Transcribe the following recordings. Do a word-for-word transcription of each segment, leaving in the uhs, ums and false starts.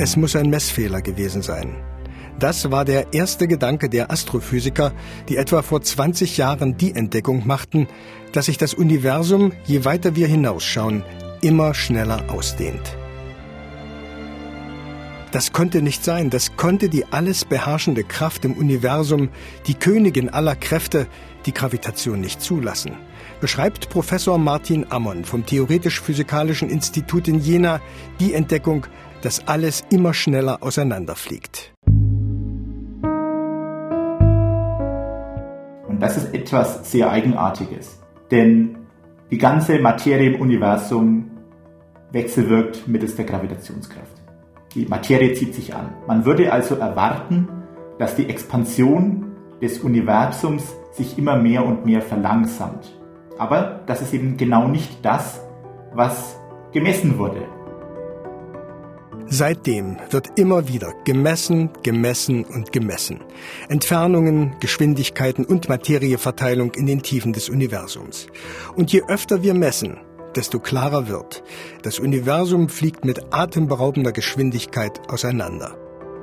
Es muss ein Messfehler gewesen sein. Das war der erste Gedanke der Astrophysiker, die etwa vor zwanzig Jahren die Entdeckung machten, dass sich das Universum, je weiter wir hinausschauen, immer schneller ausdehnt. Das konnte nicht sein, das konnte die alles beherrschende Kraft im Universum, die Königin aller Kräfte, die Gravitation nicht zulassen, beschreibt Professor Martin Ammon vom Theoretisch-Physikalischen Institut in Jena die Entdeckung, dass alles immer schneller auseinanderfliegt. Und das ist etwas sehr Eigenartiges, denn die ganze Materie im Universum wechselwirkt mittels der Gravitationskraft. Die Materie zieht sich an. Man würde also erwarten, dass die Expansion des Universums sich immer mehr und mehr verlangsamt. Aber das ist eben genau nicht das, was gemessen wurde. Seitdem wird immer wieder gemessen, gemessen und gemessen. Entfernungen, Geschwindigkeiten und Materieverteilung in den Tiefen des Universums. Und je öfter wir messen, desto klarer wird, das Universum fliegt mit atemberaubender Geschwindigkeit auseinander.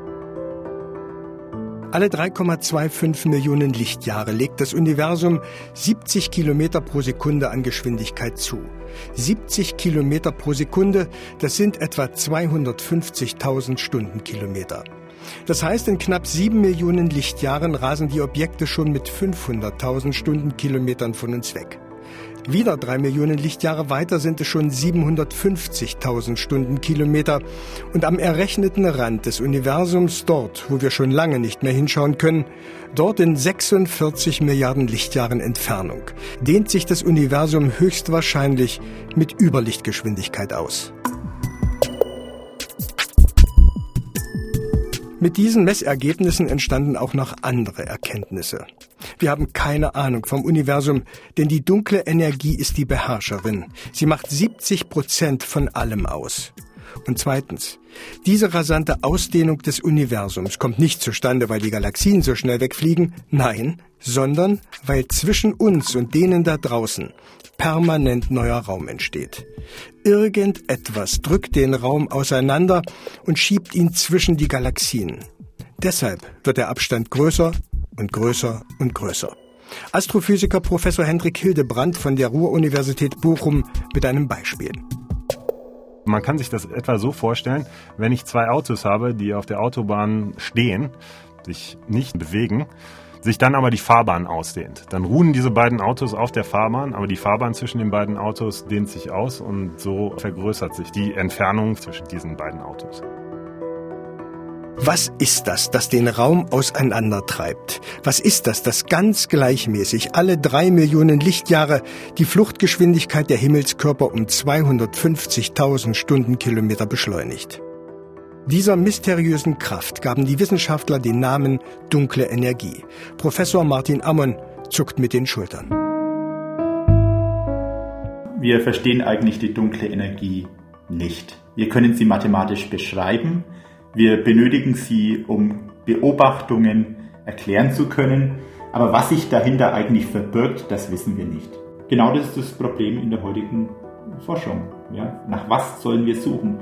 Alle drei Komma fünfundzwanzig Millionen Lichtjahre legt das Universum siebzig Kilometer pro Sekunde an Geschwindigkeit zu. siebzig Kilometer pro Sekunde, das sind etwa zweihundertfünfzigtausend Stundenkilometer. Das heißt, in knapp sieben Millionen Lichtjahren rasen die Objekte schon mit fünfhunderttausend Stundenkilometern von uns weg. Wieder drei Millionen Lichtjahre weiter sind es schon siebenhundertfünfzigtausend Stundenkilometer. Und am errechneten Rand des Universums, dort, wo wir schon lange nicht mehr hinschauen können, dort in sechsundvierzig Milliarden Lichtjahren Entfernung, dehnt sich das Universum höchstwahrscheinlich mit Überlichtgeschwindigkeit aus. Mit diesen Messergebnissen entstanden auch noch andere Erkenntnisse. Wir haben keine Ahnung vom Universum, denn die dunkle Energie ist die Beherrscherin. Sie macht siebzig Prozent von allem aus. Und zweitens, diese rasante Ausdehnung des Universums kommt nicht zustande, weil die Galaxien so schnell wegfliegen, nein, sondern weil zwischen uns und denen da draußen permanent neuer Raum entsteht. Irgendetwas drückt den Raum auseinander und schiebt ihn zwischen die Galaxien. Deshalb wird der Abstand größer und größer und größer. Astrophysiker Professor Hendrik Hildebrandt von der Ruhr-Universität Bochum mit einem Beispiel. Man kann sich das etwa so vorstellen, wenn ich zwei Autos habe, die auf der Autobahn stehen, sich nicht bewegen, sich dann aber die Fahrbahn ausdehnt. Dann ruhen diese beiden Autos auf der Fahrbahn, aber die Fahrbahn zwischen den beiden Autos dehnt sich aus und so vergrößert sich die Entfernung zwischen diesen beiden Autos. Was ist das, das den Raum auseinandertreibt? Was ist das, das ganz gleichmäßig alle drei Millionen Lichtjahre die Fluchtgeschwindigkeit der Himmelskörper um zweihundertfünfzigtausend Stundenkilometer beschleunigt? Dieser mysteriösen Kraft gaben die Wissenschaftler den Namen dunkle Energie. Professor Martin Ammon zuckt mit den Schultern. Wir verstehen eigentlich die dunkle Energie nicht. Wir können sie mathematisch beschreiben. Wir benötigen sie, um Beobachtungen erklären zu können. Aber was sich dahinter eigentlich verbirgt, das wissen wir nicht. Genau das ist das Problem in der heutigen Forschung. Ja? Nach was sollen wir suchen?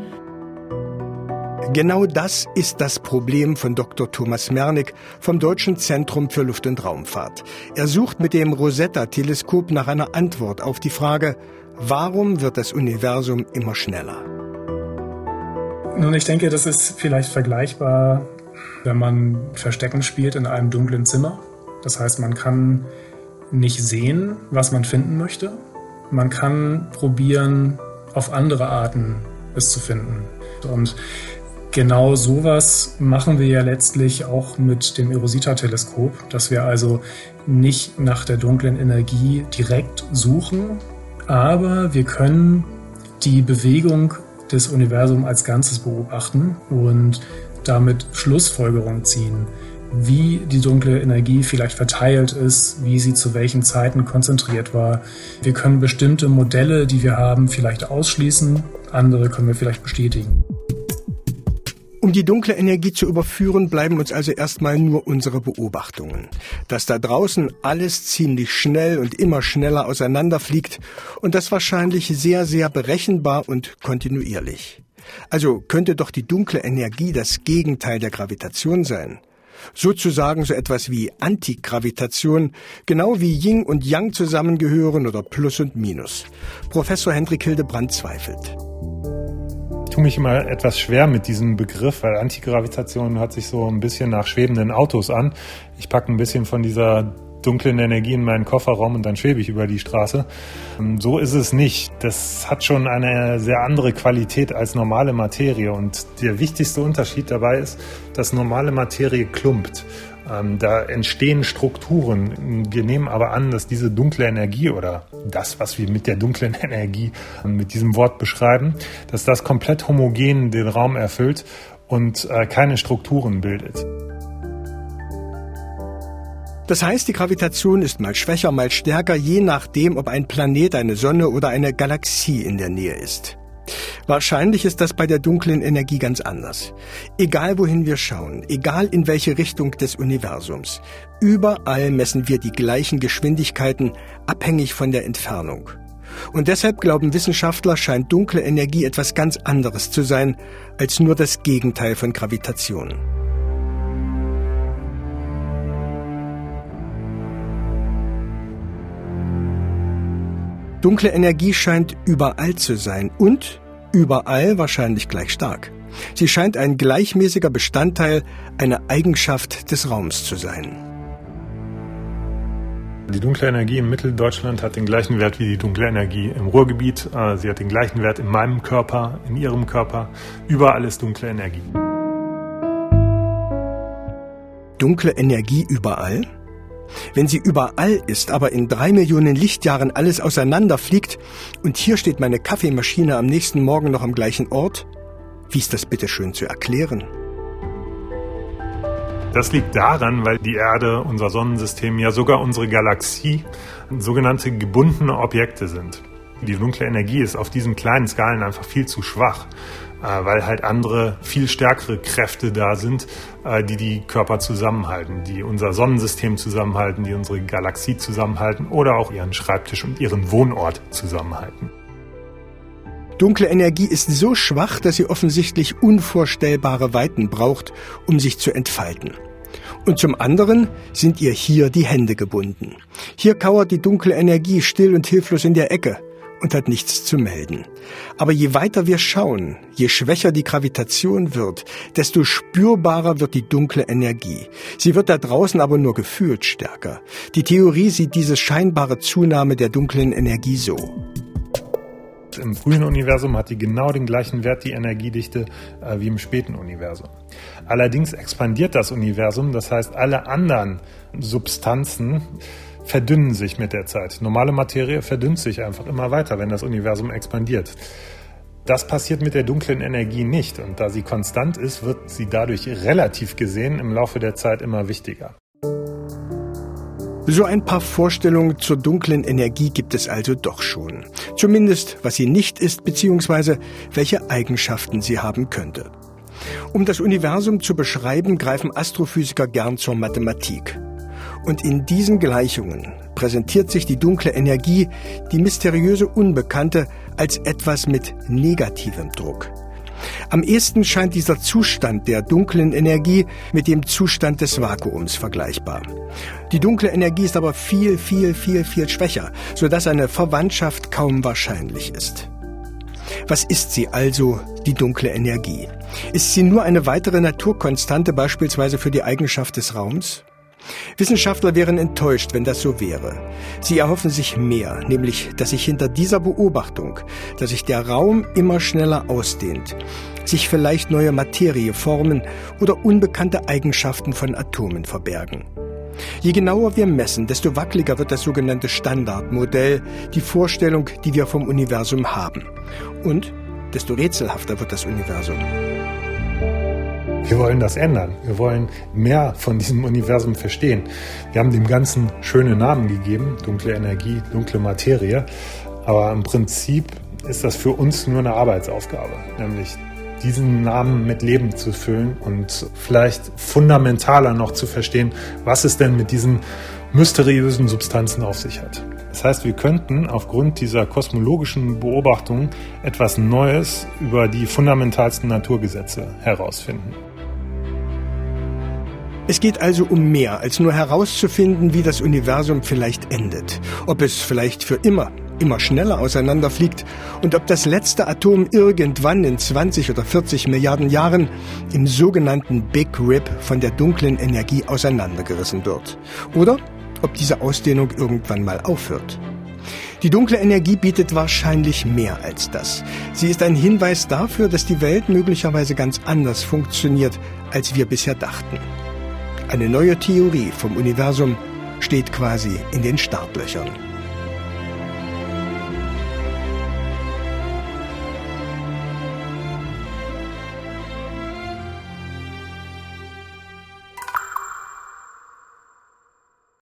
Genau das ist das Problem von Doktor Thomas Mernick vom Deutschen Zentrum für Luft- und Raumfahrt. Er sucht mit dem Rosetta-Teleskop nach einer Antwort auf die Frage, warum wird das Universum immer schneller? Nun, ich denke, das ist vielleicht vergleichbar, wenn man Verstecken spielt in einem dunklen Zimmer. Das heißt, man kann nicht sehen, was man finden möchte. Man kann probieren, auf andere Arten es zu finden. Und genau sowas machen wir ja letztlich auch mit dem eROSITA-Teleskop, dass wir also nicht nach der dunklen Energie direkt suchen, aber wir können die Bewegung des Universums als Ganzes beobachten und damit Schlussfolgerungen ziehen, wie die dunkle Energie vielleicht verteilt ist, wie sie zu welchen Zeiten konzentriert war. Wir können bestimmte Modelle, die wir haben, vielleicht ausschließen, andere können wir vielleicht bestätigen. Um die dunkle Energie zu überführen, bleiben uns also erstmal nur unsere Beobachtungen. Dass da draußen alles ziemlich schnell und immer schneller auseinanderfliegt und das wahrscheinlich sehr, sehr berechenbar und kontinuierlich. Also könnte doch die dunkle Energie das Gegenteil der Gravitation sein. Sozusagen so etwas wie Antigravitation, genau wie Yin und Yang zusammengehören oder Plus und Minus. Professor Hendrik Hildebrandt zweifelt. Ich tue mich immer etwas schwer mit diesem Begriff, weil Antigravitation hört sich so ein bisschen nach schwebenden Autos an. Ich packe ein bisschen von dieser dunklen Energie in meinen Kofferraum und dann schwebe ich über die Straße. So ist es nicht. Das hat schon eine sehr andere Qualität als normale Materie. Und der wichtigste Unterschied dabei ist, dass normale Materie klumpt. Da entstehen Strukturen. Wir nehmen aber an, dass diese dunkle Energie oder das, was wir mit der dunklen Energie mit diesem Wort beschreiben, dass das komplett homogen den Raum erfüllt und keine Strukturen bildet. Das heißt, die Gravitation ist mal schwächer, mal stärker, je nachdem, ob ein Planet, eine Sonne oder eine Galaxie in der Nähe ist. Wahrscheinlich ist das bei der dunklen Energie ganz anders. Egal wohin wir schauen, egal in welche Richtung des Universums, überall messen wir die gleichen Geschwindigkeiten, abhängig von der Entfernung. Und deshalb glauben Wissenschaftler, scheint dunkle Energie etwas ganz anderes zu sein, als nur das Gegenteil von Gravitation. Dunkle Energie scheint überall zu sein und überall wahrscheinlich gleich stark. Sie scheint ein gleichmäßiger Bestandteil, eine Eigenschaft des Raums zu sein. Die dunkle Energie in Mitteldeutschland hat den gleichen Wert wie die dunkle Energie im Ruhrgebiet. Sie hat den gleichen Wert in meinem Körper, in Ihrem Körper. Überall ist dunkle Energie. Dunkle Energie überall? Wenn sie überall ist, aber in drei Millionen Lichtjahren alles auseinanderfliegt und hier steht meine Kaffeemaschine am nächsten Morgen noch am gleichen Ort, wie ist das bitte schön zu erklären? Das liegt daran, weil die Erde, unser Sonnensystem, ja sogar unsere Galaxie, sogenannte gebundene Objekte sind. Die dunkle Energie ist auf diesen kleinen Skalen einfach viel zu schwach, weil halt andere, viel stärkere Kräfte da sind, die die Körper zusammenhalten, die unser Sonnensystem zusammenhalten, die unsere Galaxie zusammenhalten oder auch ihren Schreibtisch und ihren Wohnort zusammenhalten. Dunkle Energie ist so schwach, dass sie offensichtlich unvorstellbare Weiten braucht, um sich zu entfalten. Und zum anderen sind ihr hier die Hände gebunden. Hier kauert die dunkle Energie still und hilflos in der Ecke und hat nichts zu melden. Aber je weiter wir schauen, je schwächer die Gravitation wird, desto spürbarer wird die dunkle Energie. Sie wird da draußen aber nur gefühlt stärker. Die Theorie sieht diese scheinbare Zunahme der dunklen Energie so. Im frühen Universum hat die genau den gleichen Wert, die Energiedichte, äh, wie im späten Universum. Allerdings expandiert das Universum, das heißt, alle anderen Substanzen verdünnen sich mit der Zeit. Normale Materie verdünnt sich einfach immer weiter, wenn das Universum expandiert. Das passiert mit der dunklen Energie nicht. Und da sie konstant ist, wird sie dadurch relativ gesehen im Laufe der Zeit immer wichtiger. So ein paar Vorstellungen zur dunklen Energie gibt es also doch schon. Zumindest, was sie nicht ist, beziehungsweise welche Eigenschaften sie haben könnte. Um das Universum zu beschreiben, greifen Astrophysiker gern zur Mathematik. Und in diesen Gleichungen präsentiert sich die dunkle Energie, die mysteriöse Unbekannte, als etwas mit negativem Druck. Am ehesten scheint dieser Zustand der dunklen Energie mit dem Zustand des Vakuums vergleichbar. Die dunkle Energie ist aber viel, viel, viel, viel schwächer, sodass eine Verwandtschaft kaum wahrscheinlich ist. Was ist sie also, die dunkle Energie? Ist sie nur eine weitere Naturkonstante, beispielsweise für die Eigenschaft des Raums? Wissenschaftler wären enttäuscht, wenn das so wäre. Sie erhoffen sich mehr, nämlich, dass sich hinter dieser Beobachtung, dass sich der Raum immer schneller ausdehnt, sich vielleicht neue Materie formen oder unbekannte Eigenschaften von Atomen verbergen. Je genauer wir messen, desto wackeliger wird das sogenannte Standardmodell, die Vorstellung, die wir vom Universum haben. Und desto rätselhafter wird das Universum. Wir wollen das ändern. Wir wollen mehr von diesem Universum verstehen. Wir haben dem Ganzen schöne Namen gegeben, dunkle Energie, dunkle Materie. Aber im Prinzip ist das für uns nur eine Arbeitsaufgabe, nämlich diesen Namen mit Leben zu füllen und vielleicht fundamentaler noch zu verstehen, was es denn mit diesen mysteriösen Substanzen auf sich hat. Das heißt, wir könnten aufgrund dieser kosmologischen Beobachtungen etwas Neues über die fundamentalsten Naturgesetze herausfinden. Es geht also um mehr, als nur herauszufinden, wie das Universum vielleicht endet. Ob es vielleicht für immer, immer schneller auseinanderfliegt und ob das letzte Atom irgendwann in zwanzig oder vierzig Milliarden Jahren im sogenannten Big Rip von der dunklen Energie auseinandergerissen wird. Oder ob diese Ausdehnung irgendwann mal aufhört. Die dunkle Energie bietet wahrscheinlich mehr als das. Sie ist ein Hinweis dafür, dass die Welt möglicherweise ganz anders funktioniert, als wir bisher dachten. Eine neue Theorie vom Universum steht quasi in den Startlöchern.